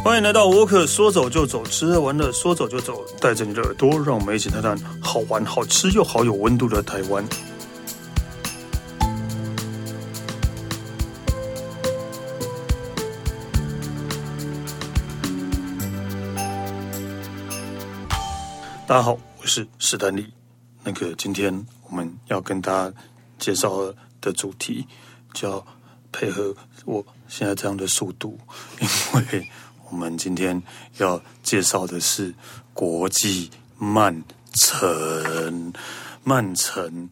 欢迎来到沃克，说走就走，吃喝玩乐说走就走，带着你的耳朵，让我们一起探探好玩、好吃又好有温度的台湾。大家好，我是史丹利。今天我们要跟大家介绍的主题叫配合我现在这样的速度，因为我们今天要介绍的是国际慢城。慢城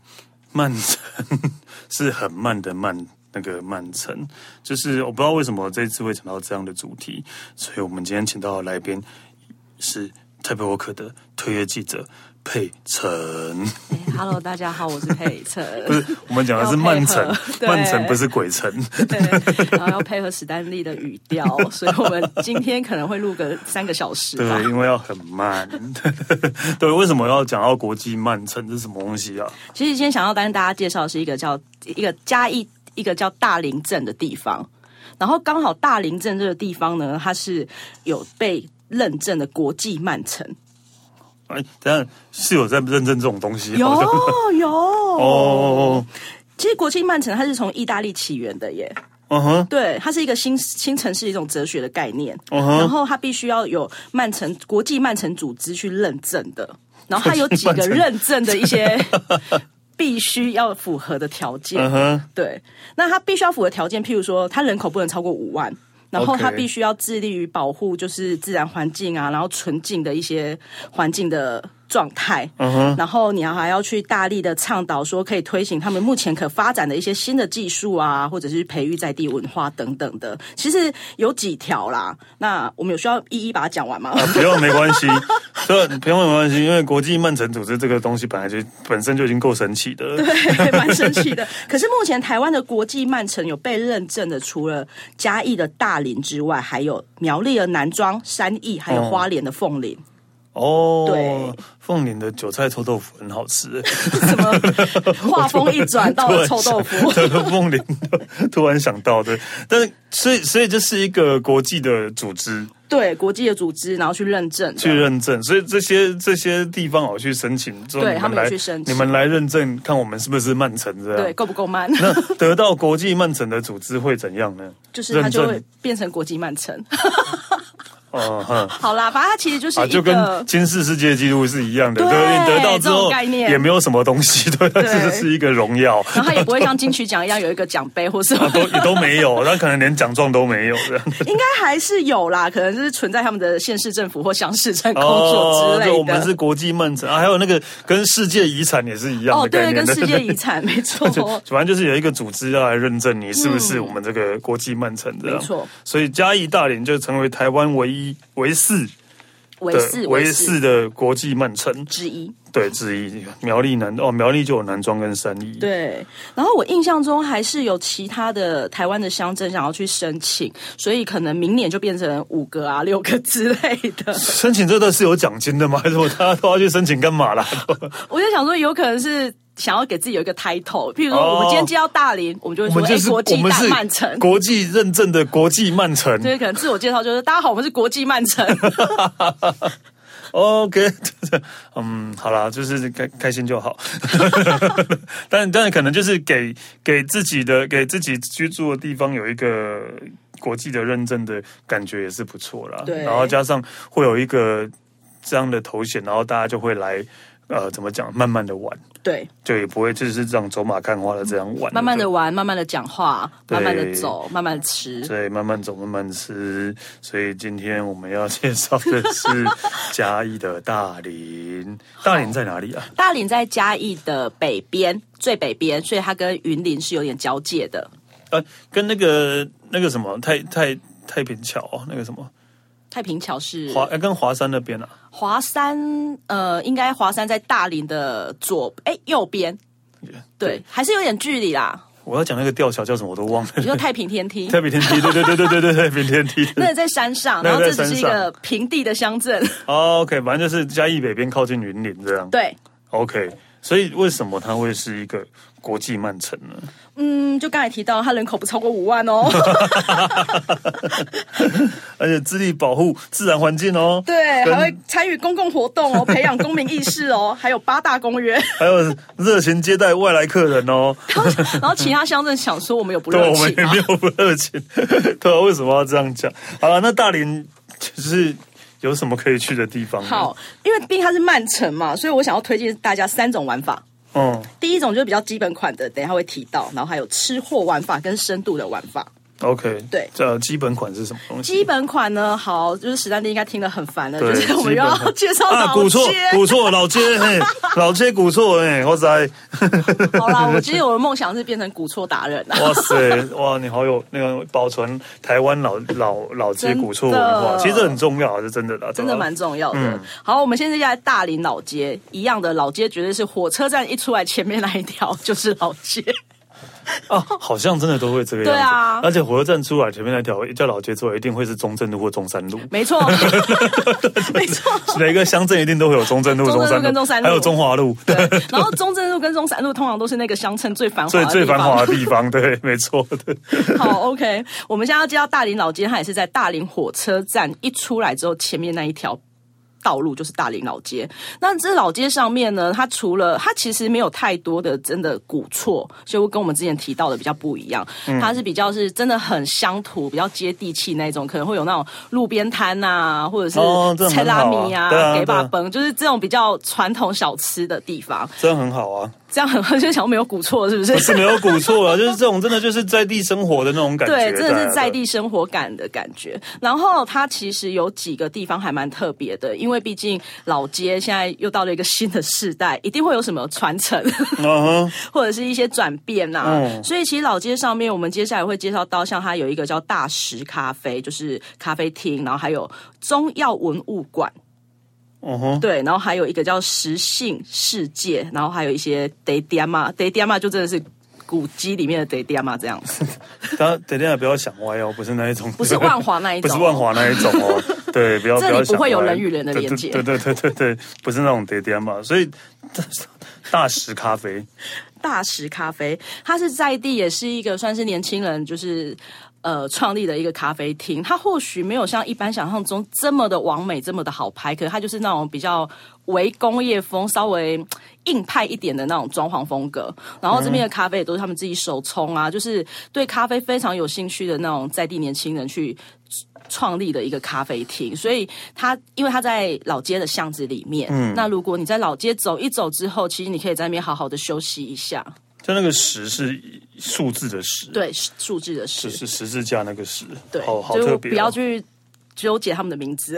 是很慢的慢，那个慢城，就是我不知道为什么这一次会讲到这样的主题，所以我们今天请到的来宾是台北沃克的特约记者佩岑。 Hello， 大家好，我是佩岑。 不是，我们讲的是慢城，慢城不是鬼城。 对，然后要配合史丹利的语调，所以我们今天可能会录个3个小时吧。 对，因为要很慢。对，为什么要讲到国际慢城？这是什么东西啊？ 其实今天想要跟大家介绍的是一个嘉义一个叫大林镇的地方，然后刚好大林镇这个地方呢，它是有被认证的国际慢城。 哎，等一下是有在认证这种东西？ 有哦。 其实国际慢城它是从意大利起源的耶。对，它是一个新城市一种哲学的概念。然后它必须要有国际慢城组织去认证的，然后它有几个认证的一些必须要符合的条件。对，那它必须要符合条件，譬如说它人口不能超过5万。然后它必须要致力于保护就是自然环境啊，然后纯净的一些环境的状态。然后你还要去大力的倡导说可以推行他们目前可发展的一些新的技术啊，或者是培育在地文化等等的。其实有几条啦，那我们有需要一一把它讲完吗？ 不用，没关系。对，不用，没关系，因为国际慢城组织这个东西本身就已经够神奇的了。 对，蛮神奇的。可是目前台湾的国际慢城有被认证的，除了嘉义的大林之外，还有苗栗的南庄、山义，还有花莲的凤林。对， 凤林的韭菜臭豆腐很好吃。 什么话锋一转到了臭豆腐？ 凤林突然想到的，但是所以这是一个国际的组织， 对，国际的组织，然后去认证， 所以这些地方我去申请， 对，他们有去申请， 你们来认证，看我们是不是慢城这样， 对，够不够慢？ 那得到国际慢城的组织会怎样呢？ 就是它就会变成国际慢城。好啦，反正它其实就是一个就跟金氏世界纪录是一样的，对，你得到之后也没有什么东西，对，这是一个荣耀， 然后它也不会像金曲奖一样有一个奖杯或什么， 也都没有，那可能连奖状都没有这样。 应该还是有啦，可能就是存在他们的县市政府或乡市政工作之类的。 我们是国际慢城还有那个跟世界遗产也是一样的概念， 对，跟世界遗产没错。 反正就是有一个组织要来认证你是不是我们这个国际慢城这样， 没错。 所以嘉义大林就成为台湾唯四的国际慢城之一， 对，之一。苗栗就有南庄跟山义， 对。然后我印象中还是有其他的台湾的乡镇想要去申请，所以可能明年就变成5个啊、6个之类的。 申请这个是有奖金的吗？还是大家都要去申请干嘛啦？ 我就想说，有可能是想要给自己有一个 title， 譬如说我们今天接到大林，我们就会说国际大慢城， 国际认证的国际慢城。 对，可能自我介绍就是大家好，我们是国际慢城。 OK， 好啦，就是开心就好。但可能就是给自己居住的地方有一个国际的认证的感觉也是不错啦。 对， 然后加上会有一个这样的头衔，然后大家就会来怎么讲，慢慢的玩。 对， 就也不会就是这样走马看花的这样玩， 慢慢的玩，慢慢的讲话，慢慢的走，慢慢的吃， 对，慢慢走，慢慢吃。所以今天我们要介绍的是嘉义的大林。大林在哪里啊？ 大林在嘉义的北边，最北边，所以它跟云林是有点交界的。 跟那个什么太平桥那个什么。 太平桥是跟华山那边啊？ 华山应该华山在大林的右边，对，还是有点距离啦。 我要讲那个吊桥叫什么我都忘了。 你说太平天梯？ 太平天梯，对，太平天梯。 那个在山上，然后这只是一个平地的乡镇。 OK， 反正就是嘉义北边靠近云林这样。 对 ，OK。 所以为什么它会是一个国际慢城呢？ 就刚才提到，它人口不超过5万哦， 而且致力保护自然环境哦， 对，还会参与公共活动哦，培养公民意识哦，还有8大公约， 还有热情接待外来客人哦。 然后其他乡镇想说我们有不热情吗？ 对，我们也没有不热情，对啊，为什么要这样讲？好了，那大林就是有什么可以去的地方呢？ 好，因为毕竟它是慢城嘛，所以我想要推荐大家3种玩法。第一种就是比较基本款的，等一下会提到，然后还有吃货玩法跟深度的玩法。 OK， 对， 这基本款是什么东西？ 基本款呢，好，就是史丹利应该听得很烦了，就是我们又要介绍老街， 古厝老街，老街古厝，哇塞！ 好啦，我其实我的梦想是变成古厝达人啊！ 哇塞，哇，你好有那个保存台湾老街古厝文化，其实这很重要，是真的啦， 真的蛮重要的。好，我们现在在大林老街，一样的老街，绝对是火车站一出来前面那一条就是老街。 好像真的都会这个样子。对啊，而且火车站出来前面那条叫老街出来，一定会是中正路或中山路。 没错，没错， 每个乡镇一定都会有中正路、中山路，还有中华路。 对，然后中正路跟中山路通常都是那个乡镇最繁华、 最繁华的地方。对，没错的。 好 ，OK， 我们现在要接到大林老街，它也是在大林火车站一出来之后，前面那一条道路就是大林老街。那这老街上面呢，它其实没有太多的真的古厝，所以跟我们之前提到的比较不一样。它是比较是真的很乡土，比较接地气那种，可能会有那种路边摊啊，或者是菜拉米啊、给把崩，就是这种比较传统小吃的地方。 这样很好啊。 这样很就想没有古厝是不是？ 不是没有古厝啊，就是这种真的就是在地生活的那种感觉。 对，真的是在地生活感的感觉。然后它其实有几个地方还蛮特别的，因为毕竟老街现在又到了一个新的世代，一定会有什么传承，或者是一些转变啊。所以其实老街上面，我们接下来会介绍到，像它有一个叫大石咖啡，就是咖啡厅，然后还有中药文物馆。对，然后还有一个叫实性世界，然后还有一些 day 店嘛就真的是古迹里面的 day 店嘛这样子。 当然 day 店不要想歪哦，不是那一种， 不是万华那一种， 不是万华那一种哦。对，不要这里不会有人与人的连接。 对，不是那种 day 店嘛。所以大石咖啡，它是在地，也是一个算是年轻人就是创立的一个咖啡厅。它或许没有像一般想象中这么的完美，这么的好拍，可是它就是那种比较微工业风，稍微硬派一点的那种装潢风格。然后这边的咖啡也都是他们自己手冲啊，就是对咖啡非常有兴趣的那种在地年轻人去创立的一个咖啡厅。所以因为它在老街的巷子里面，那如果你在老街走一走之后，其实你可以在那边好好的休息一下。 就那个十是数字的十， 对，数字的十， 是十字架那个十， 对， 好特别， 不要去纠结他们的名字。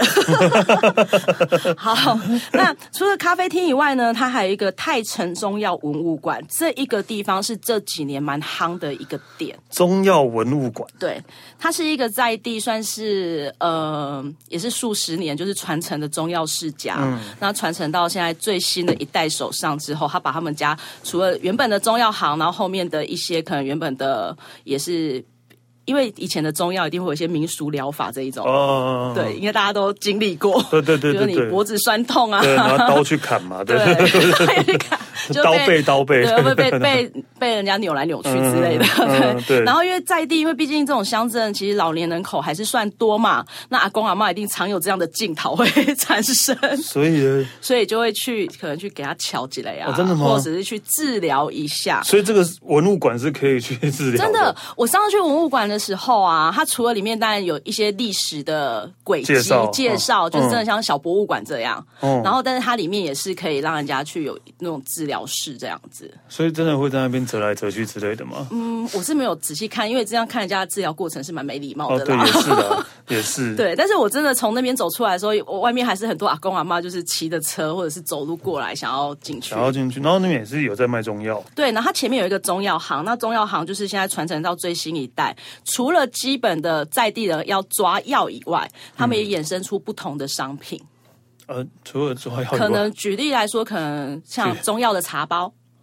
好，那除了咖啡厅以外呢，它还有一个泰城中药文物馆，这一个地方是这几年蛮夯的一个点。 中药文物馆， 对，它是一个在地算是也是数十年就是传承的中药世家，那传承到现在最新的一代手上之后，他把他们家除了原本的中药行，然后后面的一些可能原本的也是。因为以前的中药一定会有一些民俗疗法这一种，对，应该大家都经历过， 对， 就是你脖子酸痛啊， 对，拿刀去砍嘛，对， 去砍，就刀背， 对，会被人家扭来扭去之类的，对。然后因为在地，因为毕竟这种乡镇其实老年人口还是算多嘛，那阿公阿嬷一定常有这样的镜头会产生，所以就会可能去给他敲几类啊， 真的吗？ 或者是去治疗一下。 所以这个文物馆是可以去治疗的。 真的，我上次去文物馆的时候啊，它除了里面当然有一些历史的轨迹介绍，就是真的像小博物馆这样。然后，但是它里面也是可以让人家去有那种治疗室这样子。 所以真的会在那边折来折去之类的吗？ 我是没有仔细看，因为这样看人家的治疗过程是蛮没礼貌的啦。 对，也是的，也是。 对，但是我真的从那边走出来的时候，我外面还是很多阿公阿嬷，就是骑着车或者是走路过来想要进去。然后那边也是有在卖中药。 对，然后它前面有一个中药行，那中药行就是现在传承到最新一代，除了基本的在地人要抓药以外，他们也衍生出不同的商品。 除了抓药以外， 可能举例来说，可能像中药的茶包。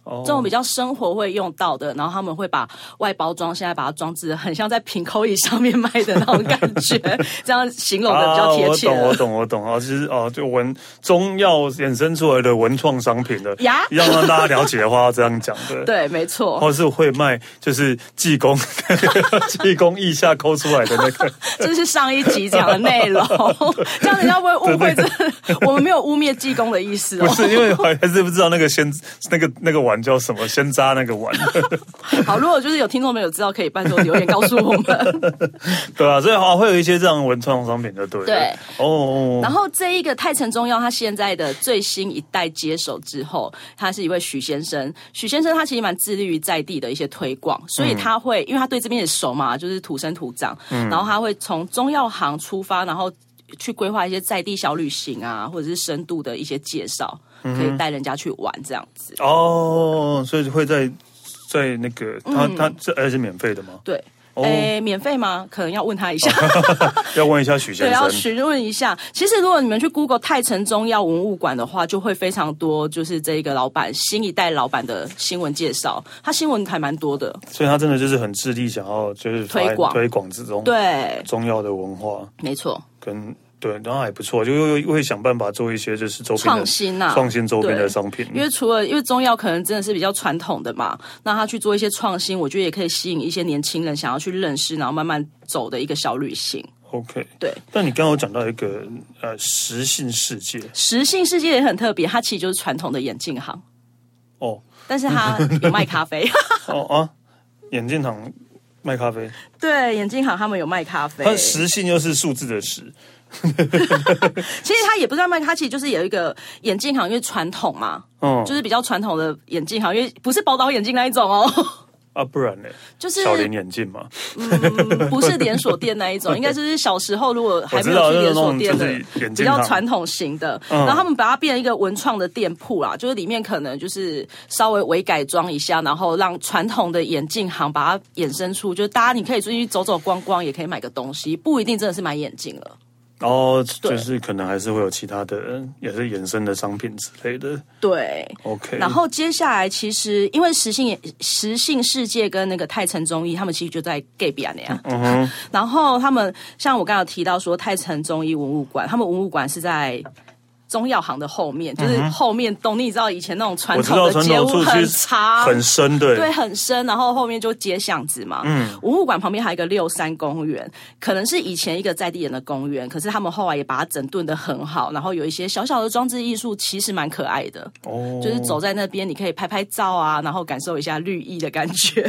这种比较生活会用到的，然后他们会把外包装现在把它装置很像在品口椅上面卖的那种感觉，这样形容的比较贴切。 我懂啊，其实就中药衍生出来的文创商品的呀， 要让大家了解的话，要这样讲的。 对，没错。 或是会卖就是济公腋下抠出来的那个， 这是上一集讲的内容，这样人家会误会我们没有污蔑济公的意思哦。 不是，因为还是不知道那个碗叫什么，鲜渣那个碗。 好，如果就是有听众朋友知道，可以拜托留言告诉我们。 对啊，所以会有一些这样文创商品的，对。 对哦。然后这一个泰城中药，他现在的最新一代接手之后，他是一位许先生。许先生他其实蛮致力于在地的一些推广，所以他会，因为他对这边也熟嘛，就是土生土长，然后他会从中药行出发，然后去规划一些在地小旅行啊，或者是深度的一些介绍，可以带人家去玩这样子。 所以会在那个他这是免费的吗？ 对。免费吗？可能要问他一下， 要问一下许先生， 对，要询问一下。其实如果你们去 Google 泰城中药文物馆的话，就会非常多，就是这个老板新一代老板的新闻介绍，他新闻还蛮多的， 所以他真的就是很致力想要就是推广这种对中药的文化， 没错， 对，然后还不错，就又会想办法做一些就是周边创新周边的商品。 因为中药可能真的是比较传统的嘛，那他去做一些创新，我觉得也可以吸引一些年轻人想要去认识，然后慢慢走的一个小旅行。 OK， 对。 但你刚刚有讲到一个食性世界， 食性世界也很特别，它其实就是传统的眼镜行但是它有卖咖啡眼镜行卖咖啡， 对，眼镜行他们有卖咖啡， 它食性又是数字的食。 其实它也不是卖，它其实就是有一个眼镜行，因为传统嘛，就是比较传统的眼镜行，因为不是宝岛眼镜那一种不然呢？就是小林眼镜嘛， 不是连锁店那一种，应该就是小时候如果还没有去连锁店的，比较传统型的。然后他们把它变成一个文创的店铺啦，就是里面可能就是稍微微改装一下，然后让传统的眼镜行把它衍生出，就是大家你可以出去走走逛逛，也可以买个东西，不一定真的是买眼镜了。 就是可能还是会有其他的，也是衍生的商品之类的。 对 ，OK。 然后接下来，其实因为食性世界跟那个泰城中医，他们其实就在隔壁那样。然后他们像我刚刚有提到说，泰城中医文物馆，他们文物馆是在中药行的后面，就是后面洞，你知道以前那种传统的街屋很长很深，对， 很深，然后后面就街巷子嘛。文物馆旁边还有一个63公园，可能是以前一个在地人的公园，可是他们后来也把它整顿得很好，然后有一些小小的装置艺术，其实蛮可爱的。就是走在那边，你可以拍拍照啊，然后感受一下绿意的感觉。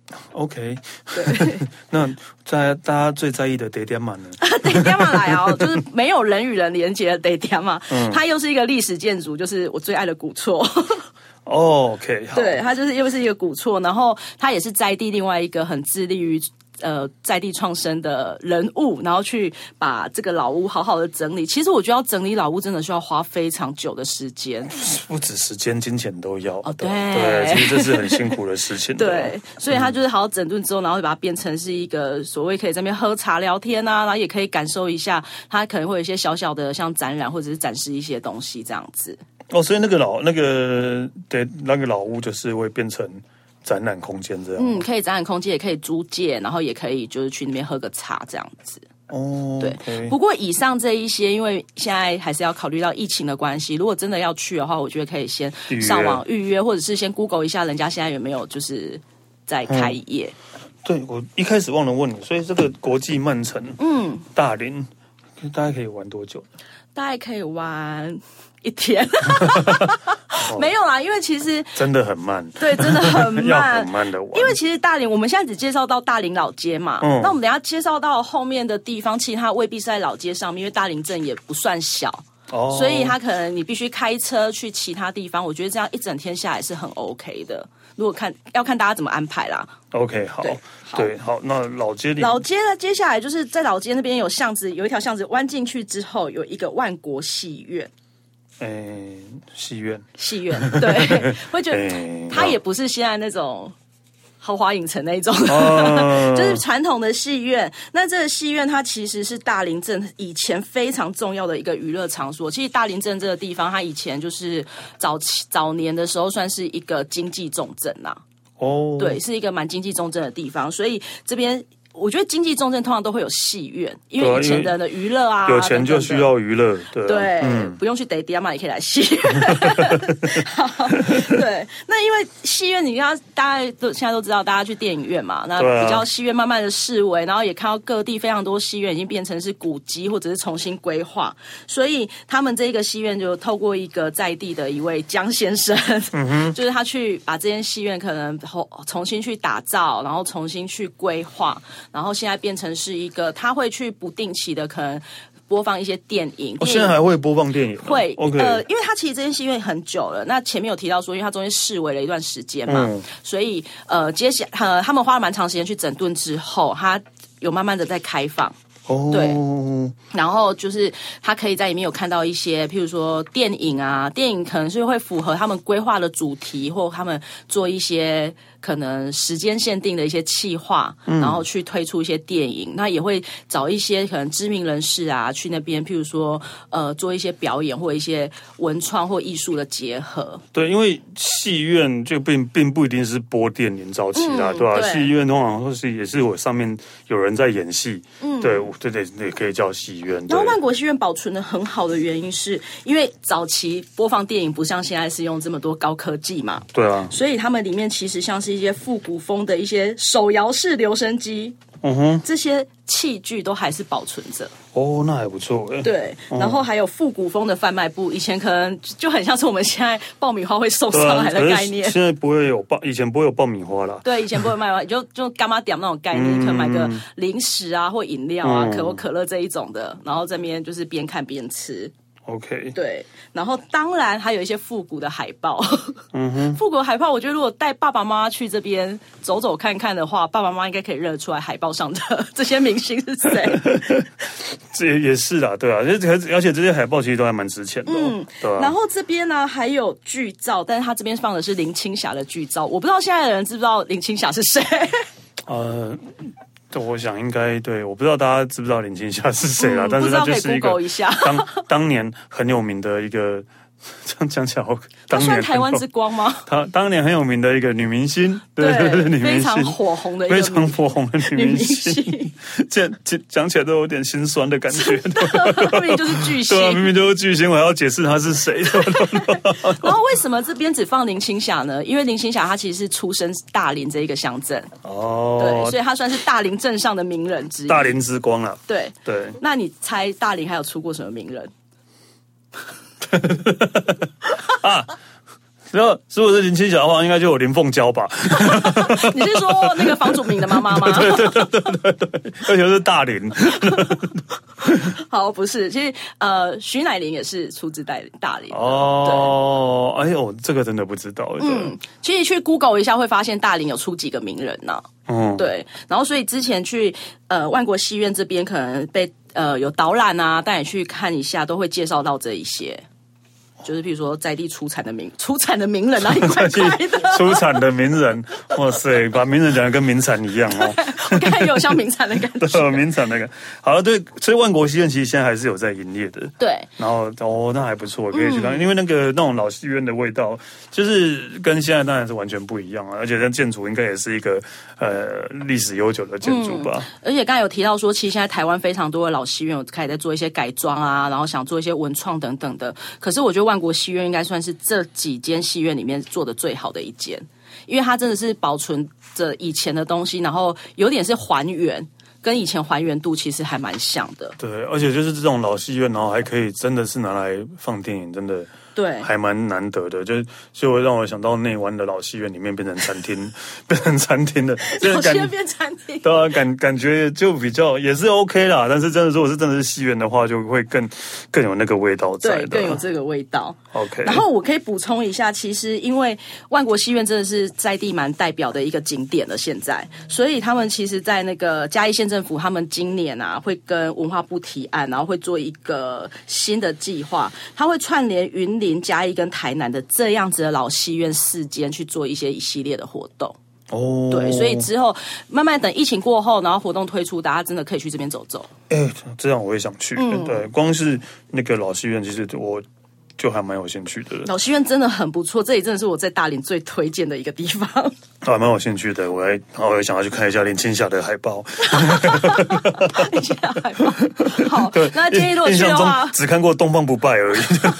OK， 对，那大家最在意的地点嘛呢？ 地点嘛来就是没有人与人连接的地点嘛，它又是一个历史建筑，就是我最爱的古厝。 OK， 好， 对，它就是又是一个古厝，然后它也是在地另外一个很致力于在地创生的人物，然后去把这个老屋好好的整理。其实我觉得要整理老屋真的需要花非常久的时间， 不止时间，金钱都要。 对， 其实这是很辛苦的事情。 对，所以他就是好好整顿之后，然后把它变成是一个所谓可以在那边喝茶聊天啊，然后也可以感受一下，它可能会有一些小小的像展览或者是展示一些东西这样子。 所以那个老屋就是会变成展览空间这样。 可以展览空间，也可以租借，然后也可以就是去那边喝个茶这样子。对。 Okay. 不过以上这一些，因为现在还是要考虑到疫情的关系，如果真的要去的话，我觉得可以先上网预约，或者是先 Google 一下人家现在有没有就是在开业。 对，我一开始忘了问你，所以这个国际慢城，大林，大概可以玩多久？ 大概可以玩1天。没有啦，因为其实真的很慢， 对，真的很慢， 要很慢的玩。 因为其实大林，我们现在只介绍到大林老街嘛，那我们等一下介绍到后面的地方，其实它未必是在老街上面，因为大林镇也不算小，所以它可能你必须开车去其他地方。我觉得这样一整天下来是很 OK 的。如果要看大家怎么安排啦。 OK， 好，对，好，那老街呢？ 接下来就是在老街那边有巷子，有一条巷子弯进去之后，有一个万国戏院。戏院，对，会觉得它也不是现在那种豪华影城那一种，就是传统的戏院。那这个戏院它其实是大林镇以前非常重要的一个娱乐场所。其实大林镇这个地方，它以前就是早年的时候算是一个经济重镇呐。对，是一个蛮经济重镇的地方，所以这边。我觉得经济重镇通常都会有戏院，因为以前的娱乐啊， 有钱就需要娱乐， 对，不用去得迪亚嘛，也可以来戏院。对，那因为戏院，你看大家都现在都知道，大家去电影院嘛，那比较戏院慢慢的式微，然后也看到各地非常多戏院已经变成是古迹或者是重新规划，所以他们这个戏院就透过一个在地的一位江先生，就是他去把这间戏院可能重新去打造，然后重新去规划。然后现在变成是一个，他会去不定期的可能播放一些电影。 现在还会播放电影？ 会 ，OK。 因为他其实这间戏院很久了，那前面有提到说，因为他中间式微了一段时间嘛，所以接下他们花了蛮长时间去整顿之后，他有慢慢的在开放。对，然后就是他可以在里面有看到一些，譬如说电影啊，电影可能是会符合他们规划的主题，或他们做一些可能时间限定的一些企划，然后去推出一些电影。那也会找一些可能知名人士啊去那边，譬如说做一些表演或一些文创或艺术的结合。 对，因为戏院就并不一定是播电影早期啦，对吧？戏院通常都是也是我上面有人在演戏，对。对，可以叫戏院。 然后万国戏院保存的很好的原因是因为早期播放电影不像现在是用这么多高科技嘛， 对啊， 所以他们里面其实像是一些复古风的一些手摇式留声机，这些器具都还是保存着。 那还不错哎。 对，然后还有复古风的贩卖部，以前可能就很像是我们现在爆米花会送上来的概念。 现在不会有以前不会有爆米花啦。 对，以前不会卖，就干妈点那种概念，可能买个零食啊或饮料啊，可口可乐这一种的，然后这边就是边看边吃。 OK， 对，然后当然还有一些复古的海报，复古的海报，我觉得如果带爸爸妈妈去这边走走看看的话，爸爸妈妈应该可以认得出来海报上的这些明星是谁。 这也是啦，对啊，而且这些海报其实都还蛮值钱的，对啊。 然后这边呢还有剧照，但是他这边放的是林青霞的剧照，我不知道现在的人知不知道林青霞是谁。 我想应该对，我不知道大家知不知道林青霞是谁啦，但是她就是一个当年很有名的一个，这样讲起来， 她算台湾之光吗？ 她当年很有名的一个女明星，对，女明星非常火红的女明星，这讲起来都有点心酸的感觉。 明明就是巨星， 对啊，明明就是巨星，我还要解释她是谁。 然后为什么这边只放林青霞呢？因为林青霞她其实是出生大林这一个乡镇，对，所以她算是大林镇上的名人之一， 大林之光啊。 对。那你猜大林还有出过什么名人？ 如果是林青霞的话，应该就有林凤娇吧？ 你是说那个房祖名的妈妈吗？ 对，而且是大林。 好，不是，其实徐乃麟也是出自大林。 哎呦，这个真的不知道。 其实去 Google 一下会发现大林有出几个名人呐。对，然后所以之前去万国戏院这边可能被有导览啊，带你去看一下，都会介绍到这一些。就是比如说在地出产的名人啊，怪怪的出产的名人，哇塞，把名人讲的跟名产一样哦。 我刚才也有像名产的感觉。 对，名产那个。好了，对，所以万国戏院其实现在还是有在营业的。 对。 然后那还不错，可以去看，因为那种老戏院的味道，就是跟现在当然是完全不一样啊。而且那建筑应该也是一个历史悠久的建筑吧。 而且刚才有提到说，其实现在台湾非常多的老戏院有开始在做一些改装啊，然后想做一些文创等等的。可是我觉得万国戏院应该算是这几间戏院里面做的最好的一间，因为它真的是保存着以前的东西，然后有点是还原，跟以前还原度其实还蛮像的。 对，而且就是这种老戏院，然后还可以真的是拿来放电影，真的。 对， 还蛮难得的，就让我想到内湾的老戏院里面变成餐厅，变成餐厅的， 老戏院变餐厅， 对啊，感觉就比较也是 OK 啦，但是真的如果是真的是戏院的话，就会更有那个味道在的， 对，更有这个味道。 OK， 然后我可以补充一下，其实因为万国戏院真的是在地蛮代表的一个景点了，现在，所以他们其实，在那个嘉义县政府，他们今年啊会跟文化部提案，然后会做一个新的计划，他会串联云林、嘉义跟台南的这样子的老戏院4间去做一系列的活动。 哦， 对，所以之后慢慢等疫情过后，然后活动推出，大家真的可以去这边走走。 这样我也想去。对，光是那个老戏院，其实我就还蛮有兴趣的。 老戏院真的很不错，这里真的是我在大林最推荐的一个地方。 还蛮有兴趣的，我也想要去看一下林青霞的海报。 林青霞海报，好，那建议如果去的话， 只看过《东方不败》而已。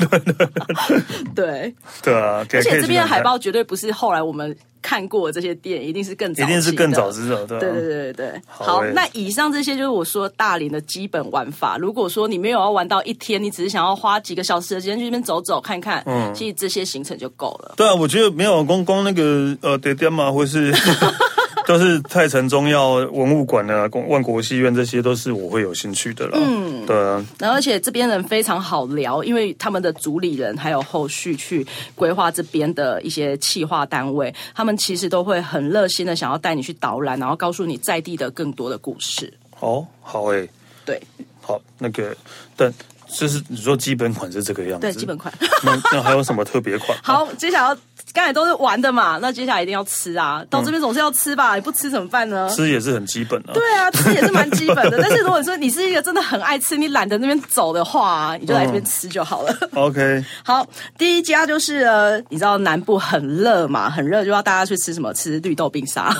对啊， 而且这边的海报绝对不是后来我们看过的这些店，一定是更早， 一定是更早知道的。 对。好，那以上这些就是我说大林的基本玩法。如果说你没有要玩到一天，你只是想要花几个小时的时间去那边走走看看，其实这些行程就够了。 对啊，我觉得没有光那个爹爹嘛，或是都是太城中药文物馆啊、万国戏院，这些都是我会有兴趣的啦。对啊。 然后而且这边人非常好聊，因为他们的主理人还有后续去规划这边的一些企划单位，他们其实都会很热心的想要带你去导览，然后告诉你在地的更多的故事。 好对， 好，那个，但就是你说基本款是这个样子， 对，基本款。 那还有什么特别款？ 好，接下来刚才都是玩的嘛，那接下来一定要吃啊！到这边总是要吃吧，你不吃怎么办呢？ 吃也是很基本啊。 对啊，吃也是蛮基本的。但是如果说你是一个真的很爱吃，你懒得那边走的话，你就来这边吃就好了。 OK。 好，第一家就是你知道南部很热嘛，很热就要大家去吃什么？吃绿豆冰沙。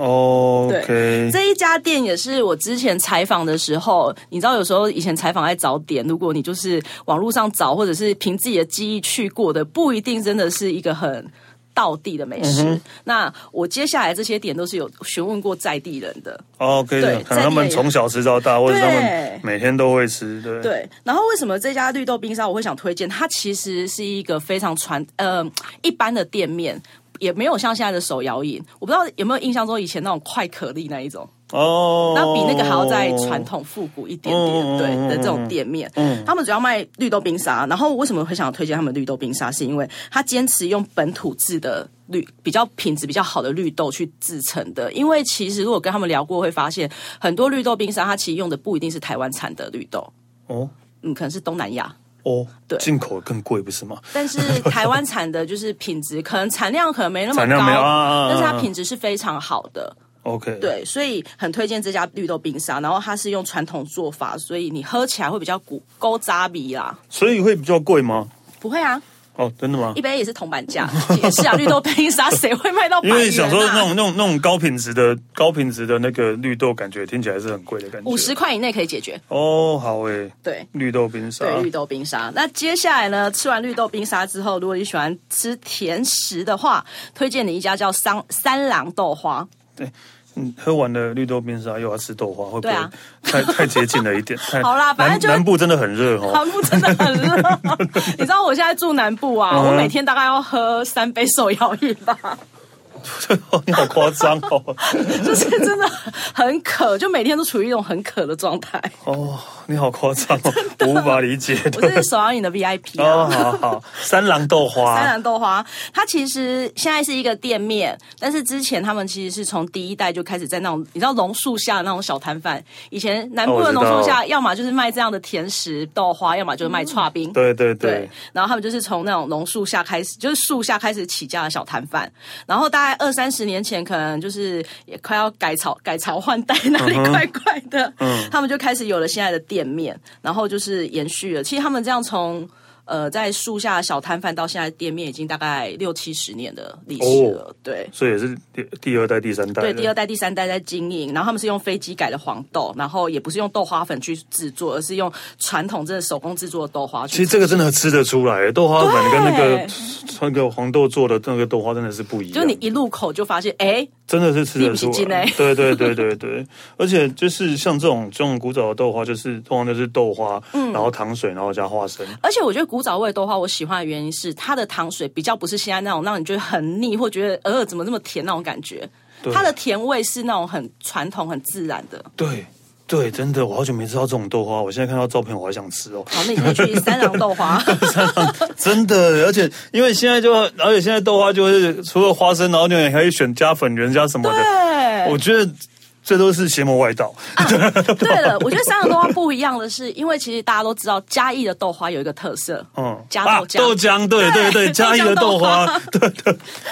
OK。 对，这一家店也是我之前采访的时候，你知道有时候以前采访在找点，如果你就是网络上找，或者是凭自己的记忆去过的，不一定真的是一个很道地的美食。那我接下来这些点都是有询问过在地人的。 OK， 对，可能他们从小吃到大，或者他们每天都会吃。 对。然后为什么这家绿豆冰沙我会想推荐？它其实是一个非常一般的店面。也没有像现在的手摇饮，我不知道有没有印象中以前那种快可丽那一种那比那个还要再传统复古一点点，对的这种店面。他们主要卖绿豆冰沙，然后为什么会想推荐他们绿豆冰沙？是因为他坚持用本土制的比较品质比较好的绿豆去制成的。因为其实如果跟他们聊过，会发现很多绿豆冰沙它其实用的不一定是台湾产的绿豆可能是东南亚。 对，进口更贵不是吗？ 但是台湾产的就是品质，可能产量可能没那么高，但是它品质是非常好的。 OK， 对，所以很推荐这家绿豆冰沙。然后它是用传统做法，所以你喝起来会比较勾扎鼻啦。 所以会比较贵吗？ 不会啊。 真的吗？ 一杯也是铜板价，也是啊。绿豆冰沙谁会卖到100元啊？ 因为想说那种高品质的那个绿豆，感觉听起来是很贵的感觉。 50块以内可以解决。 好诶。 对， 绿豆冰沙。 对，绿豆冰沙。那接下来呢？吃完绿豆冰沙之后，如果你喜欢吃甜食的话，推荐你一家叫三郎豆花。 对。喝完了绿豆冰沙又要吃豆花，会不会太接近了一点？ 好啦，反正就南部真的很热南部真的很热。你知道我现在住南部啊，我每天大概要喝3杯手摇饮吧。 你好夸张就是真的很渴，就每天都处于一种很渴的状态。 你好夸张我无法理解。 我是手摇饮的 VIP 好，三郎豆花， 它其实现在是一个店面，但是之前他们其实是从第一代就开始在那种你知道榕树下的那种小摊贩。以前南部的榕树下，要么就是卖这样的甜食豆花，要么就是卖剉冰。 对。 然后他们就是从那种榕树下开始，就是树下开始起家的小摊贩。然后大概20-30年前，可能就是也快要改朝换代，哪里怪怪的，他们就开始有了现在的店面，然后就是延续了。其实他们这样从在树下小摊贩到现在店面已经大概60-70年的历史了。对， 所以也是第2代、第3代。 对，第2代、第3代在经营。然后他们是用飞机改的黄豆，然后也不是用豆花粉去制作，而是用传统真的手工制作的豆花。 其实这个真的吃得出来，豆花粉跟那个黄豆做的那个豆花真的是不一样。 就你一入口就发现，真的是吃得出来。对，而且就是像这种古早的豆花，就是通常就是豆花，然后糖水，然后加花生。 而且我觉得古早味豆花我喜欢的原因是它的糖水比较不是现在那种让你觉得很腻或觉得怎么这么甜那种感觉，它的甜味是那种很传统很自然的。 对，真的，我好久没吃到这种豆花，我现在看到照片我还想吃哦。 好，那你可以去三郎豆花。 真的，而且现在豆花就是除了花生，然后你还可以选加粉圆加什么的。对，我觉得这都是邪魔外道。 对了，我觉得三郎豆花不一样的是，因为其实大家都知道嘉义的豆花有一个特色，加豆浆。 豆浆，对，嘉义的豆花，对。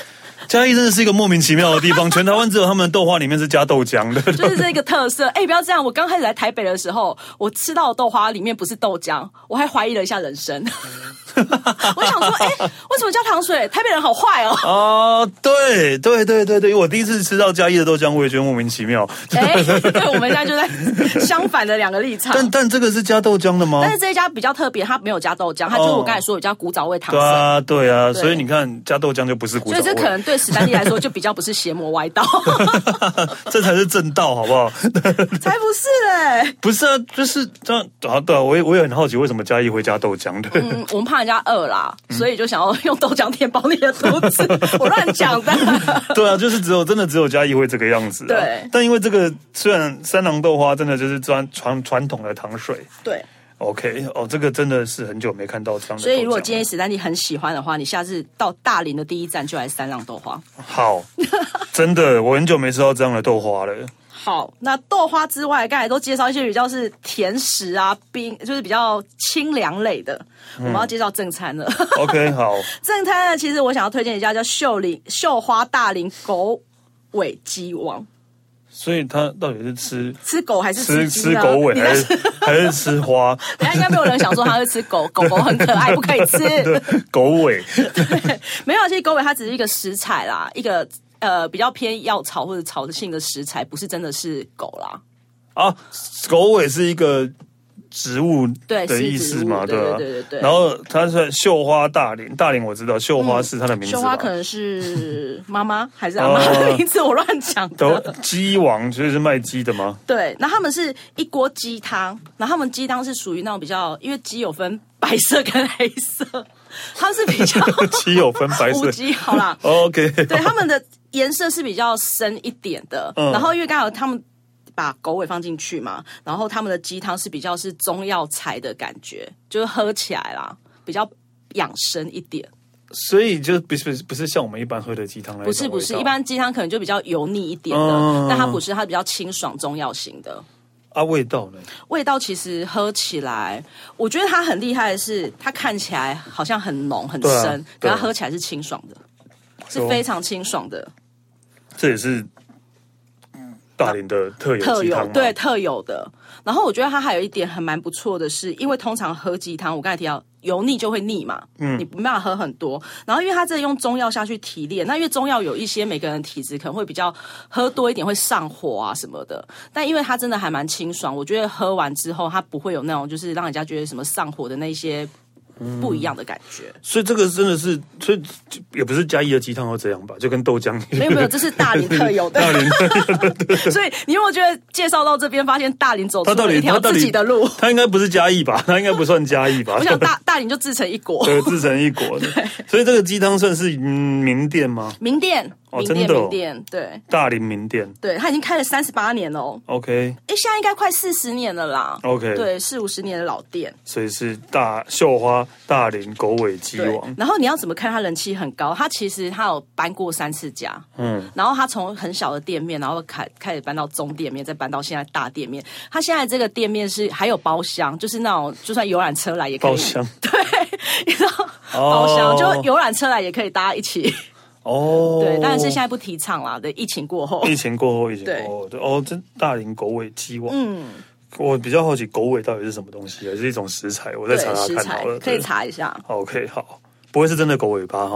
嘉义真的是一个莫名其妙的地方，全台湾只有他们的豆花里面是加豆浆的， 就是这个特色。不要这样，我刚开始来台北的时候，我吃到的豆花里面不是豆浆，我还怀疑了一下人生。我想说，为什么加糖水？台北人好坏哦！ 对，我第一次吃到嘉义的豆浆，我也觉得莫名其妙。 对，我们现在就在相反的两个立场。 但这个是加豆浆的吗？ 但是这一家比较特别，它没有加豆浆，它就是我刚才说比较古早味糖水。 对啊，所以你看加豆浆就不是古早味， 所以这可能对史丹利来说就比较不是邪魔歪道， 这才是正道，好不好？ 才不是不是啊，就是这样啊。对啊，我也很好奇为什么嘉义会加豆浆的。 我们怕人家饿啦，所以就想要用豆浆填饱你的肚子。我乱讲的。 对啊，就是真的只有嘉义会这个样子。 对， 但因为这个虽然三郎豆花真的就是传统的糖水。 对。 OK， 这个真的是很久没看到这样的。 所以如果今天史丹利很喜欢的话，你下次到大林的第一站就来三郎豆花。 好，真的，我很久没吃到这样的豆花了。 好，那豆花之外，刚才都介绍一些比较是甜食啊、冰，就是比较清凉类的。我们要介绍正餐了。 OK， 好。 正餐呢，其实我想要推荐一家叫秀花大林狗尾鸡王。 所以他到底是吃狗还是吃狗尾还是吃花？ 等下应该没有人想说他会吃狗，狗很可爱，不可以吃。 狗尾对，没有，其实狗尾它只是一个食材啦，一个比较偏药草或者草性的食材，不是真的是狗啦。 啊，狗尾是一个植物的意思嘛？对。然后它是绣花大林，大林我知道，绣花是它的名字。 绣花可能是妈妈还是阿妈的名字，我乱讲的。 鸡王就是卖鸡的吗？ 对，那他们是一锅鸡汤，然后他们鸡汤是属于那种比较，因为鸡有分白色跟黑色，它是比较鸡有分白色， 五鸡好啦。 OK， 对，他们的颜色是比较深一点的，然后因为刚好他们把狗尾放进去嘛，然后他们的鸡汤是比较是中药材的感觉，就是喝起来啦比较养生一点。 所以就不是像我们一般喝的鸡汤那种味道。 不是，一般鸡汤可能就比较油腻一点的，但它不是，它比较清爽中药型的。 啊，味道呢？ 味道其实喝起来，我觉得它很厉害的是，它看起来好像很浓很深，可它喝起来是清爽的，是非常清爽的。 这也是大林的特有鸡汤吗？ 对，特有的。然后我觉得它还有一点很蛮不错的是，因为通常喝鸡汤，我刚才提到油腻就会腻嘛，你没办法喝很多。然后因为它这用中药下去提炼，那因为中药有一些每个人体质可能会比较喝多一点会上火啊什么的，但因为它真的还蛮清爽，我觉得喝完之后它不会有那种就是让人家觉得什么上火的那些不一样的感觉。 所以这个真的是，所以也不是嘉义的鸡汤都这样吧，就跟豆浆没有，这是大林特有的。所以你有没有觉得介绍到这边，发现大林走出了一条自己的路？ 他应该不是嘉义吧？他应该不算嘉义吧？ 我想大林就自成一国， 对，自成一国的。所以这个鸡汤算是名店吗？ 名店。名店，对， 大林名店， 对，他已经开了38年了哦。 OK， 现在应该快40年了啦。 OK， 对，40-50年的老店， 所以是绣花大林狗尾鸡王。 然后你要怎么看他人气很高？他其实他有搬过3次家，然后他从很小的店面，然后开始搬到中店面，再搬到现在大店面。他现在这个店面是还有包厢，就是那种就算游览车来也可以。 包厢， 对，你知道包厢就游览车来也可以大家一起。对，当然是现在不提倡啦。对，疫情过后， 对，这大林狗尾鸡王，我比较好奇狗尾到底是什么东西，也是一种食材，我再查查看好了， 可以查一下。 OK， 好。不会是真的狗尾巴哈？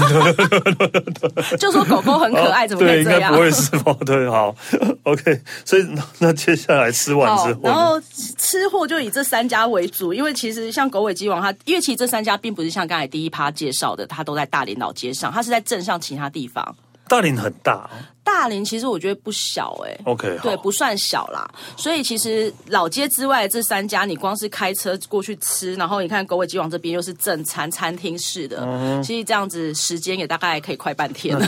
就说狗狗很可爱，怎么可以这样？ 对，应该不会是吧？对，好 ，OK。所以那接下来吃完之后， 然后吃货就以这3家为主，因为其实像狗尾鸡王，因为其实这3家并不是像刚才第一趴介绍的，它都在大林老街上，它是在镇上其他地方。 大林很大， 大林其实我觉得不小 OK， 对，不算小啦。所以其实老街之外这3家，你光是开车过去吃，然后你看狗尾鸡王这边又是正餐厅式的，其实这样子时间也大概可以快半天了。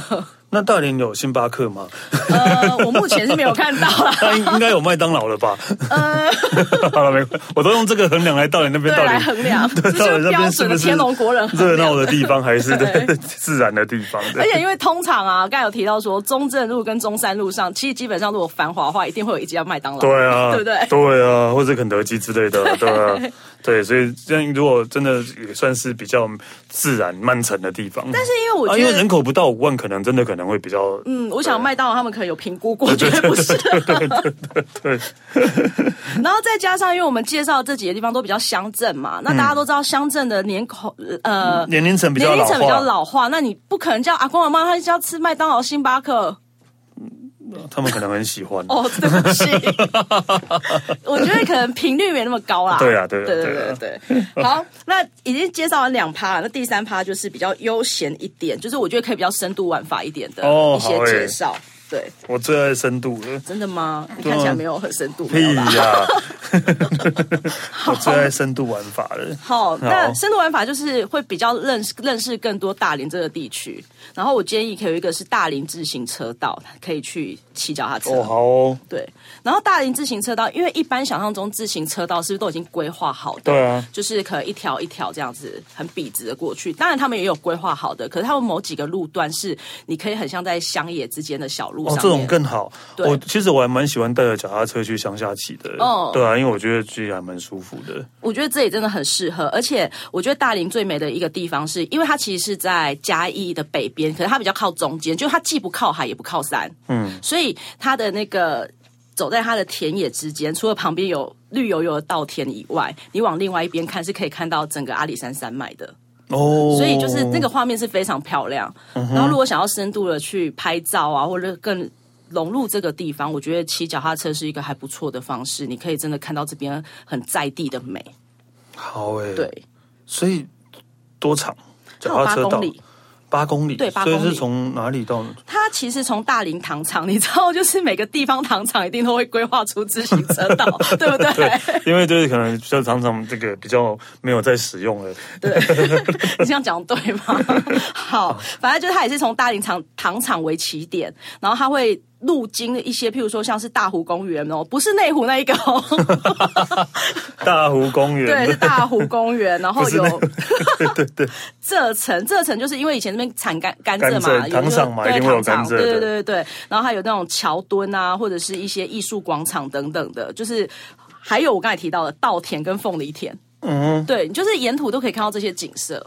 那大林有星巴克吗？ 我目前是没有看到啦。 应该有麦当劳了吧？好了，没关系，我都用这个衡量来大林那边到底来衡量， 对，到底那边是不是天龙国人热闹的地方，还是自然的地方？ 而且因为通常啊，刚才有提到说中正路跟中山路上，其实基本上如果繁华的话，一定会有一家麦当劳， 对啊， 对不对？ 对啊，或者肯德基之类的，对啊。对，所以这样如果真的也算是比较自然慢城的地方， 但是因为我觉得， 因为人口不到5万，可能会比较， 我想麦当劳他们可能有评估过，觉得不是， 对。 然后再加上，因为我们介绍这几个地方都比较乡镇嘛，那大家都知道乡镇的年龄层比较老化，那你不可能叫阿公阿妈他就要吃麦当劳、星巴克。 他们可能很喜欢哦，对不起，我觉得可能频率没那么高啦。 对啊。 好，那已经介绍完2趴了，那第3趴就是比较悠闲一点，就是我觉得可以比较深度玩法一点的一些介绍。对， 我最爱深度了。 真的吗？你看起来没有很深度。 屁呀！我最爱深度玩法了。 好，那深度玩法就是会比较认识更多大林这个地区。然后我建议可以有一个是大林自行车道，可以去骑脚踏车。 哦，好哦。 对，然后大林自行车道，因为一般想象中自行车道是不是都已经规划好的？ 对啊， 就是可能一条一条这样子很笔直的过去。当然他们也有规划好的，可是他们某几个路段是你可以很像在乡野之间的小路上面。 这种更好。其实我还蛮喜欢带着脚踏车去乡下骑的。对啊，因为我觉得其实还蛮舒服的。 我觉得这里真的很适合，而且我觉得大林最美的一个地方是，因为它其实是在嘉义的北边，可是它比较靠中间，就是它既不靠海也不靠山，所以它的那个走在它的田野之间，除了旁边有绿油油的稻田以外，你往另外一边看是可以看到整个阿里山山脉的。所以就是那个画面是非常漂亮。然后如果想要深度的去拍照啊，或者更融入这个地方，我觉得骑脚踏车是一个还不错的方式，你可以真的看到这边很在地的美。 好对， 所以多长？脚踏车道8公里， 对，8公里。 所以是从哪里到？ 它其实从大林糖厂，你知道，就是每个地方糖厂一定都会规划出自行车道，对不对？ 对，因为就是可能就糖厂这个比较没有在使用了。 对，你这样讲对吗？好，反正就是它也是从大林糖厂为起点，然后它会路经一些，譬如说像是大湖公园哦，不是内湖那一个哦。 大湖公园， 对，是大湖公园，然后有对蔗城就是因为以前那边产甘蔗嘛， 糖厂嘛，一定会有甘蔗， 对，然后还有那种桥墩啊，或者是一些艺术广场等等的，就是还有我刚才提到的稻田跟凤梨田，对，就是沿途都可以看到这些景色。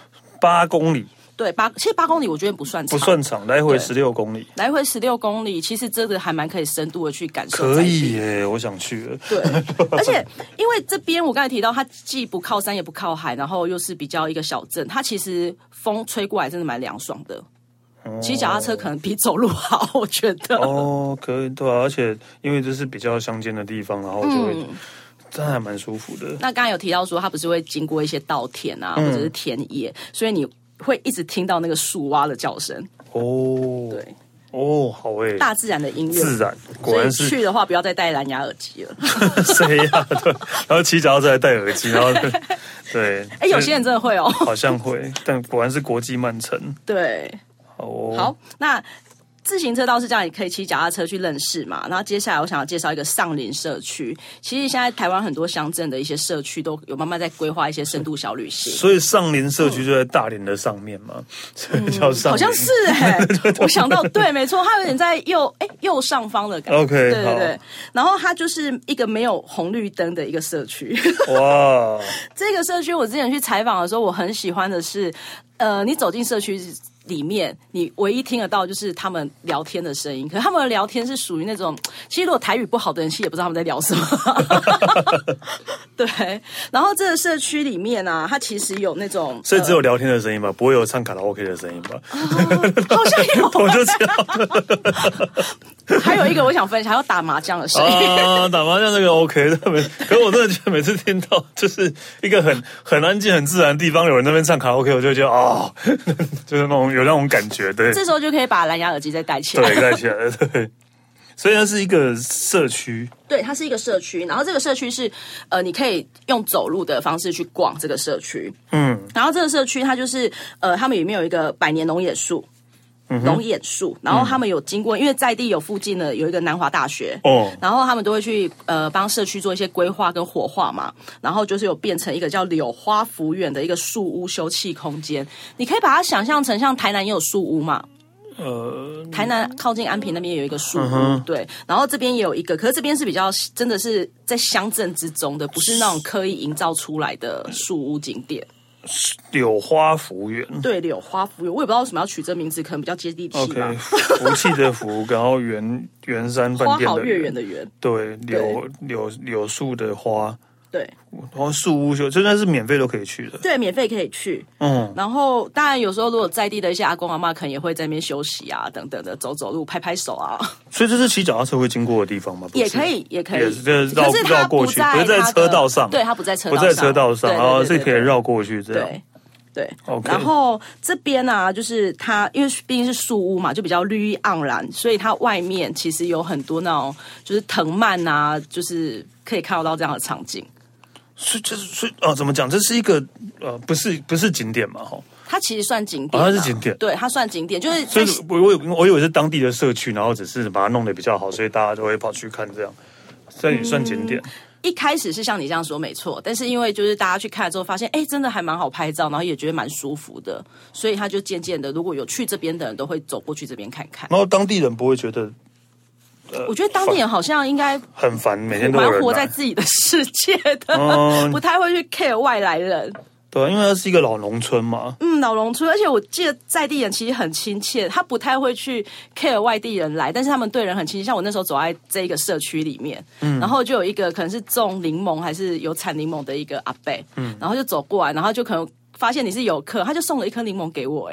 8公里。 对，其实8公里我觉得不算长， 不算长，来回16公里， 来回16公里，其实这个还蛮可以深度的去感受。 可以耶，我想去了。 对，而且因为这边我刚才提到，它既不靠山也不靠海，然后又是比较一个小镇，它其实风吹过来真的蛮凉爽的。骑脚踏车可能比走路好，我觉得。 可以，对啊，而且因为这是比较乡间的地方，然后就会。真的还蛮舒服的。 那刚才有提到说，它不是会经过一些稻田啊，或者是田野，所以你会一直听到那个树蛙的叫声。对。 好诶， 大自然的音乐， 自然果然是去的话，不要再戴蓝牙耳机了。 谁呀？对，然后骑脚踏车还戴耳机，然后对， 有些人真的会哦， 好像会，但果然是国际慢城。 对，好，那。自行车道是这样，你可以骑脚踏车去认识嘛。然后接下来我想要介绍一个上林社区。其实现在台湾很多乡镇的一些社区都有慢慢在规划一些深度小旅行。 所以上林社区就在大林的上面嘛，所以叫上林。 好像是我想到对，没错，它有点在右上方的感觉。 OK， 对。然后它就是一个没有红绿灯的一个社区。 哇， 这个社区我之前去采访的时候，我很喜欢的是，你走进社区里面，你唯一听得到就是他们聊天的声音。可是他们的聊天是属于那种，其实如果台语不好的人，其实也不知道他们在聊什么。对，然后这个社区里面啊，它其实有那种， 所以只有聊天的声音吧，不会有唱卡拉 OK 的声音吧？ 好像有， 我就知道。 还有一个我想分享，还有打麻将的声音。 打麻将那个 OK 的，可是我真的觉得每次听到就是一个很安静、很自然的地方，有人在那边唱卡拉 OK， 我就觉得就是那种有那种感觉。对， 这时候就可以把蓝牙耳机再戴起来。 对，戴起来。对，所以它是一个社区。 对，它是一个社区，然后这个社区是你可以用走路的方式去逛这个社区。然后这个社区它就是他们里面有一个100年农业树。 龙眼树，然后他们有经过，因为在地有附近的有一个南华大学，然后他们都会去帮社区做一些规划跟活化嘛，然后就是有变成一个叫柳花福园的一个树屋休憩空间，你可以把它想象成像台南也有树屋嘛。台南靠近安平那边有一个树屋，对，然后这边也有一个，可是这边是比较真的是在乡镇之中的，不是那种刻意营造出来的树屋景点。 柳花福园， 对，柳花福园，我也不知道为什么要取这名字，可能比较接地气吧。 OK， 福气的福，然后圆山饭店的花好月圆的圆， 对，柳树的花。 对， 然后树屋秀，真的是免费都可以去的。 对，免费可以去。然后当然有时候如果在地的一些阿公阿嬷，可能也会在那边休息啊，等等的，走走路、拍拍手啊。 所以这是骑脚踏车会经过的地方吗？ 也可以，也可以。 可是绕过去，不是在车道上。 对，它不在车道上，然后是可以绕过去这样。 对，然后这边呢，就是它，因为毕竟是树屋嘛，就比较绿意盎然，所以它外面其实有很多那种就是藤蔓啊，就是可以看得到这样的场景。 所以怎么讲？这是一个不是景点嘛？哈， 它其实算景点， 它是景点， 对，它算景点，就是所以我以为是当地的社区，然后只是把它弄得比较好，所以大家都会跑去看这样，所以也算景点。 一开始是像你这样说没错，但是因为就是大家去看了之后发现，真的还蛮好拍照，然后也觉得蛮舒服的，所以他就渐渐的，如果有去这边的人都会走过去这边看看。 然后当地人不会觉得。 我觉得当地人好像应该很烦，每天都有人蛮活在自己的世界的，不太会去 care 外来人。 对，因为它是一个老农村嘛。 老农村，而且我记得在地人其实很亲切，他不太会去 care 外地人来，但是他们对人很亲切。像我那时候走在这一个社区里面，然后就有一个可能是种柠檬还是有产柠檬的一个阿伯，然后就走过来，然后就可能发现你是游客，他就送了一颗柠檬给我，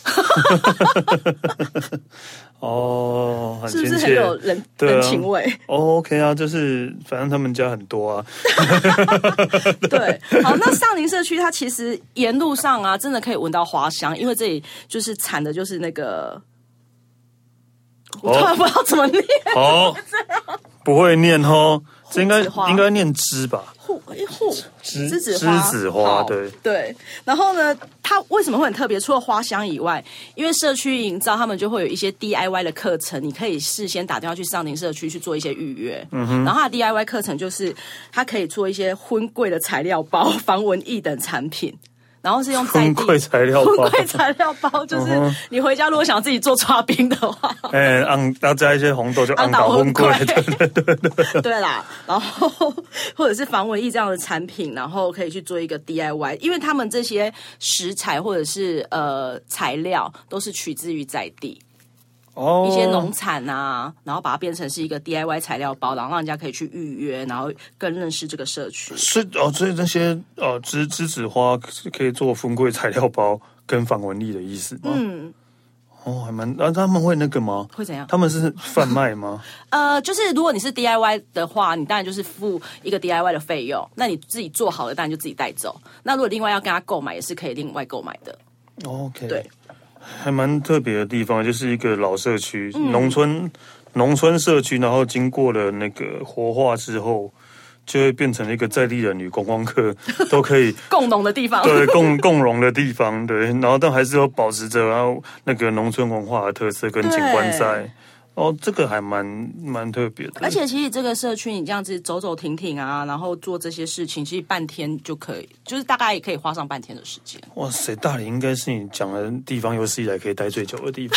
很亲切，是不是很有人情味 ？OK 啊，就是反正他们家很多啊。 对，好，那上林社区它其实沿路上啊，真的可以闻到花香，因为这里就是产的就是那个，我突然不知道怎么念， 不会念哦，这应该念枝吧？ 栀子花， 对。然后呢，它为什么会很特别？除了花香以外，因为社区营造，他们就会有一些 DIY 的课程，你可以事先打电话去上林社区去做一些预约。然后它的 DIY 课程就是它可以做一些婚柜的材料包、防蚊液等产品。然后是用在地婚柜材料包，就是你回家如果想自己做刨冰的话， 要加一些红豆就按倒婚柜， 对啦。然后或者是防蚊液这样的产品，然后可以去做一个 DIY， 因为他们这些食材或者是材料都是取自于在地。一些农产啊，然后把它变成是一个 DIY 材料包，然后让人家可以去预约，然后更认识这个社区。 所以那些栀子花可以做婚柜材料包跟防蚊液的意思吗？还蛮，他们会那个吗？ 会怎样？ 他们是贩卖吗？ 就是如果你是 DIY 的话，你当然就是付一个 DIY 的费用，那你自己做好的当然就自己带走。那如果另外要跟他购买，也是可以另外购买的。 OK， 对。 还蛮特别的地方，就是一个老社区，农村社区，然后经过了那个活化之后，就会变成一个在地人与观光客都可以共荣的地方， 对，共荣的地方，对，然后但还是有保持着然后那个农村文化的特色跟景观在。这个还蛮特别的。 而且其实这个社区你这样子走走停停啊，然后做这些事情，其实半天就可以，就是大概也可以花上半天的时间。 哇塞，大理应该是你讲的地方有史以来可以待最久的地方。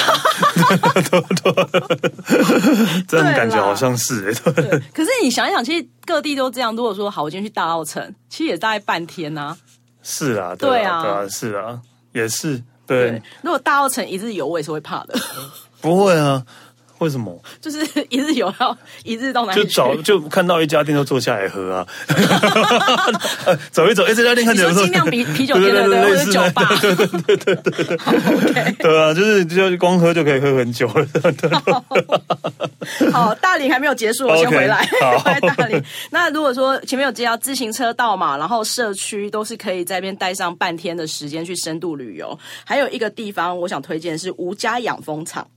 这样感觉好像是对。可是你想一想，其实各地都这样。如果说好，我今天去大稻埕，其实也大概半天啊。 是啊， 对啊， 是啊，也是对。 如果大稻埕一日游，我也是会怕的。 不会啊。为什么？ 就是一日游要一日到哪里去？ 就看到一家店就坐下来喝啊，走一走，这家店看起来不错， 尽量啤酒店对，或者酒吧， 对。 好 OK， 对啊，就光喝就可以喝很久了。 好，大林还没有结束，我先回来。回来大林。那如果说前面有介绍自行车道嘛，然后社区都是可以在那边待上半天的时间去深度旅游。还有一个地方我想推荐的是吴家养蜂场。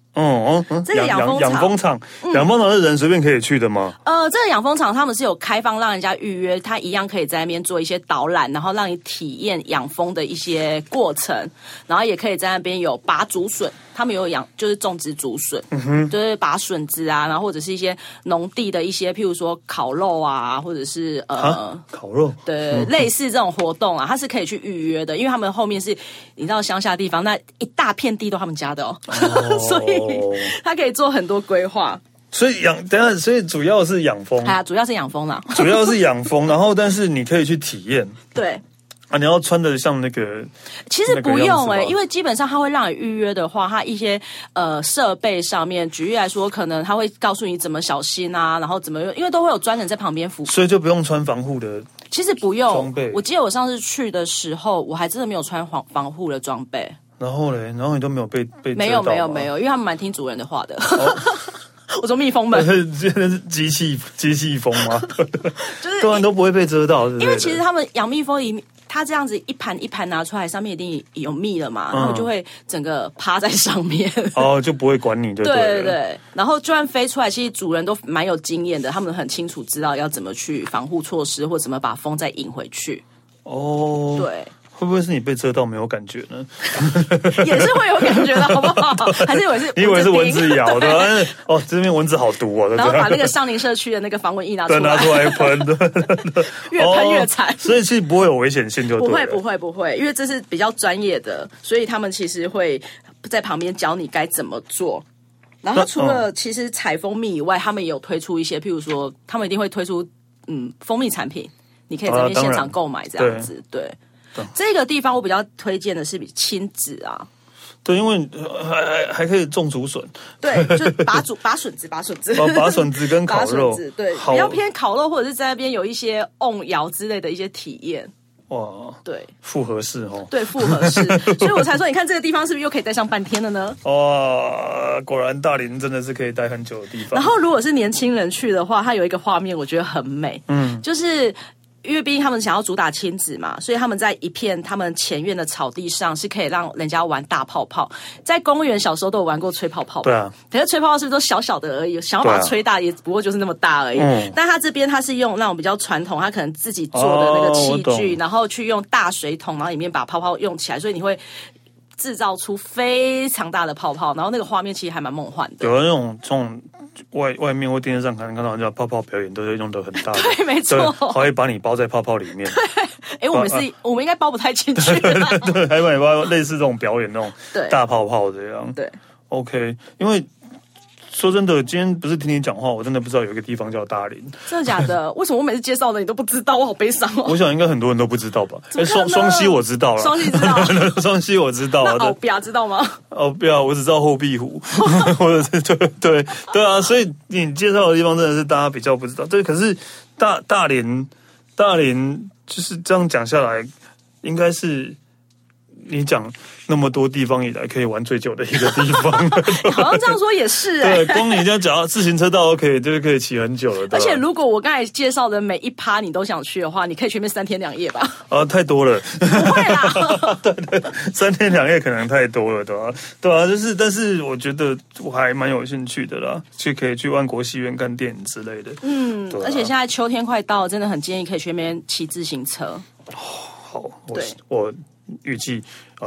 这个养蜂场是人随便可以去的吗？ 这个养蜂场他们是有开放让人家预约，他一样可以在那边做一些导览，然后让你体验养蜂的一些过程，然后也可以在那边有拔竹笋，他们有就是种植竹笋，就是拔笋子啊，然后或者是一些农地的一些，譬如说烤肉啊，或者是烤肉， 对，类似这种活动啊，它是可以去预约的，因为他们后面是你知道乡下地方，那一大片地都他们家的所以他可以做很多规划。 所以所以主要是养蜂， 主要是养蜂啦， 主要是养蜂，然后但是你可以去体验， 对。 你要穿的像那个， 其实不用因为基本上他会让你预约的话，他一些设备上面，举例来说，可能他会告诉你怎么小心啊，然后怎么用，因为都会有专人在旁边服务， 所以就不用穿防护的。 其实不用装备。 我记得我上次去的时候，我还真的没有穿防护的装备。 然后嘞，然后你都没有被没有，因为他们蛮听主人的话的。我说蜜蜂们， 真的是机器蜂吗？就是当然都不会被遮到， 因为其实他们养蜜蜂它这样子一盘一盘拿出来，上面一定有蜜了嘛，然后就会整个趴在上面， 就不会管你， 对。然后就算飞出来，其实主人都蛮有经验的，他们很清楚知道要怎么去防护措施，或怎么把蜂再引回去。对。 会不会是你被蛰到没有感觉呢？ 也是会有感觉的，好不好？还是你以为是蚊子咬的？这边蚊子好毒哦！ 然后把那个上林社区的那个防蚊液拿出来喷， 越喷越惨。 所以其实不会有危险性，就对了。 不会，因为这是比较专业的，所以他们其实会在旁边教你该怎么做。然后除了其实采蜂蜜以外，他们也有推出一些，譬如说，他们一定会推出蜂蜜产品，你可以在那边现场购买这样子，对。这个地方我比较推荐的是亲子啊， 对，因为还可以种竹笋， 对，就是拔笋子，拔笋子跟烤肉， 对，比较偏烤肉或者是在那边有一些瓮窑之类的一些体验。 哇， 对， 复合式对，复合式，所以我才说，你看这个地方是不是又可以待上半天了呢？ 哇，果然大林真的是可以待很久的地方。 然后如果是年轻人去的话，它有一个画面我觉得很美，就是因为毕竟他们想要主打亲子嘛，所以他们在一片他们前院的草地上是可以让人家玩大泡泡。在公园小时候都有玩过吹泡泡， 对啊， 可是吹泡泡是不是都小小的而已？想要把它吹大也不过就是那么大而已。但他这边他是用那种比较传统，他可能自己做的那个器具，然后去用大水桶，然后里面把泡泡用起来，所以你会制造出非常大的泡泡，然后那个画面其实还蛮梦幻的。 有那种外面或电视上看到人家泡泡表演，都是用的很大的， 对，没错， 还会把你包在泡泡里面。 对，我们应该包不太进去对，还把你包类似这种表演那种大泡泡这样。 对 ，OK， 因为说真的，今天不是听你讲话，我真的不知道有一个地方叫大林。 真的假的？为什么我每次介绍的你都不知道？我好悲伤哦。 我想应该很多人都不知道吧？双溪我知道了， 双溪知道， 双溪我知道了。 那鳌标知道吗？ 鳌标我只知道后壁湖，或者是对啊，所以你介绍的地方真的是大家比较不知道。对，可是大林就是这样讲下来，应该是你讲那么多地方以来可以玩最久的一个地方。 好像这样说也是对，光你这样讲，自行车道就是可以骑很久了。 而且如果我刚才介绍的每一趴你都想去的话，你可以全面3天2夜吧？ 太多了。 不会啦。 对，3天2夜可能太多了，对啊，但是我觉得我还蛮有兴趣的啦，可以去万国戏院看电影之类的。 而且现在秋天快到了，真的很建议可以去那边骑自行车。 好，我预计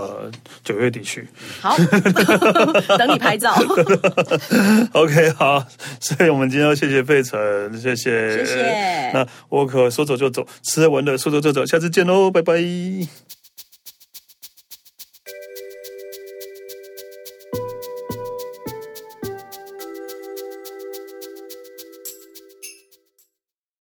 9月底去。 好，等你拍照。 OK， 好，所以我们今天要谢谢费城，谢谢。 那我可说走就走，吃喝玩乐说走就走，下次见喽，拜拜。